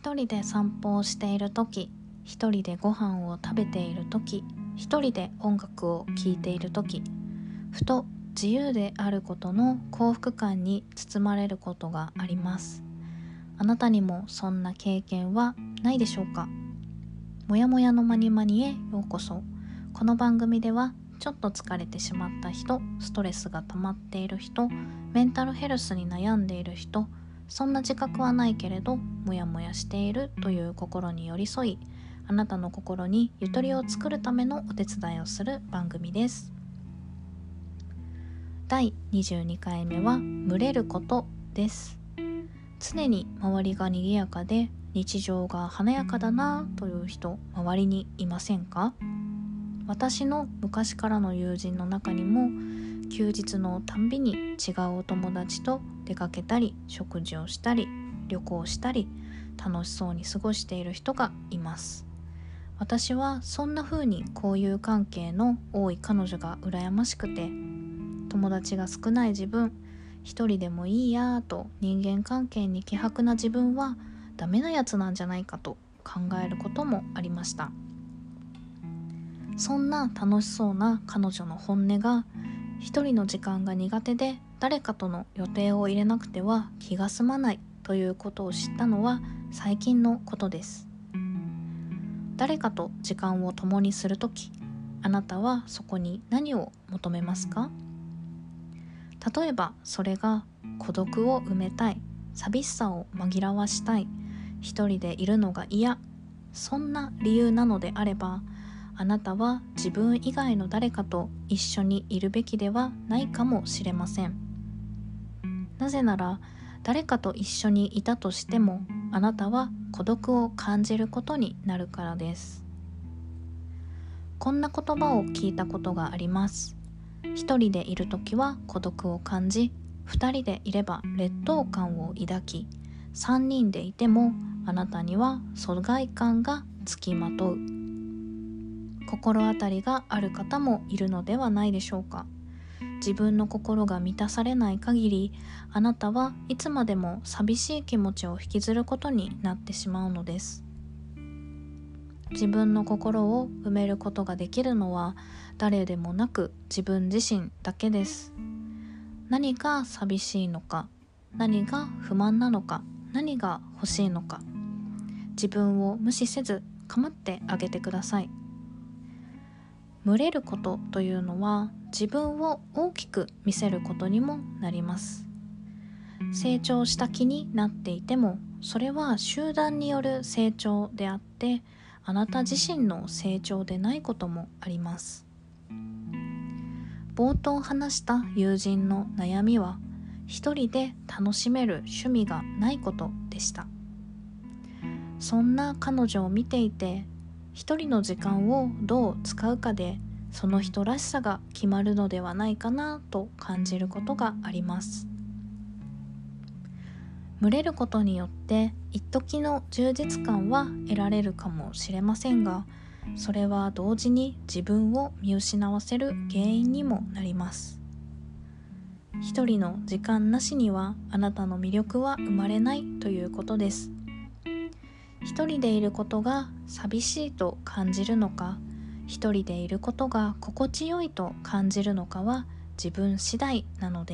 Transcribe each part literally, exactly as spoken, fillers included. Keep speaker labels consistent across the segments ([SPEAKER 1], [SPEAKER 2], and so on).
[SPEAKER 1] 一人で散歩をしているとき、一人でご飯を食べているとき、一人で音楽を聴いているとき、ふと自由であることの幸福感に包まれることがあります。あなたにもそんな経験はないでしょうか？もやもやのまにまにへようこそ。この番組ではちょっと疲れてしまった人、ストレスが溜まっている人、メンタルヘルスに悩んでいる人、そんな自覚はないけれどもやもやしているという心に寄り添い、あなたの心にゆとりを作るためのお手伝いをする番組です。だいにじゅうにかいめは群れることです。常に周りが賑やかで日常が華やかだなという人、周りにいませんか？私の昔からの友人の中にも休日のたんびに違うお友達と出かけたり食事をしたり旅行したり楽しそうに過ごしている人がいます。私はそんな風に交友関係の多い彼女が羨ましくて、友達が少ない自分、一人でもいいやと人間関係に希薄な自分はダメなやつなんじゃないかと考えることもありました。そんな楽しそうな彼女の本音が、一人の時間が苦手で誰かとの予定を入れなくては気が済まないということを知ったのは最近のことです。誰かと時間を共にするとき、あなたはそこに何を求めますか？例えばそれが孤独を埋めたい、寂しさを紛らわしたい、一人でいるのが嫌、そんな理由なのであれば、あなたは自分以外の誰かと一緒にいるべきではないかもしれません。なぜなら誰かと一緒にいたとしても、あなたは孤独を感じることになるからです。こんな言葉を聞いたことがあります。一人でいるときは孤独を感じ、二人でいれば劣等感を抱き、三人でいてもあなたには疎外感がつきまとう。心当たりがある方もいるのではないでしょうか。自分の心が満たされない限り、あなたはいつまでも寂しい気持ちを引きずることになってしまうのです。自分の心を埋めることができるのは誰でもなく自分自身だけです。何が寂しいのか、何が不満なのか、何が欲しいのか、自分を無視せず構ってあげてください。群れることというのは自分を大きく見せることにもなります。成長した気になっていても、それは集団による成長であって、あなた自身の成長でないこともあります。冒頭話した友人の悩みは、一人で楽しめる趣味がないことでした。そんな彼女を見ていて、一人の時間をどう使うかでその人らしさが決まるのではないかなと感じることがあります。群れることによって一時の充実感は得られるかもしれませんが、それは同時に自分を見失わせる原因にもなります。一人の時間なしにはあなたの魅力は生まれないということです。一人でいることが寂しいと感じるのか、一人でいることが心地よいと感じるのかは自分次第なのです。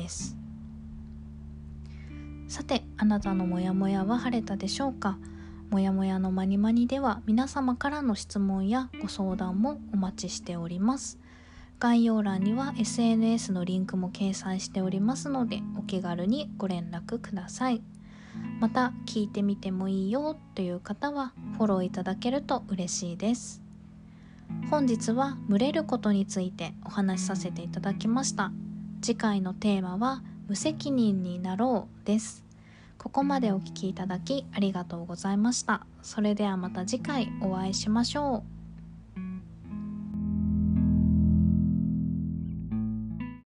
[SPEAKER 1] さて、あなたのモヤモヤは晴れたでしょうか？もやもやのまにまにでは皆様からの質問やご相談もお待ちしております。概要欄には エスエヌエス のリンクも掲載しておりますので、お気軽にご連絡ください。また聞いてみてもいいよという方はフォローいただけると嬉しいです。本日は群れることについてお話しさせていただきました。次回のテーマは無責任になろうです。ここまでお聞きいただきありがとうございました。それではまた次回お会いしましょう。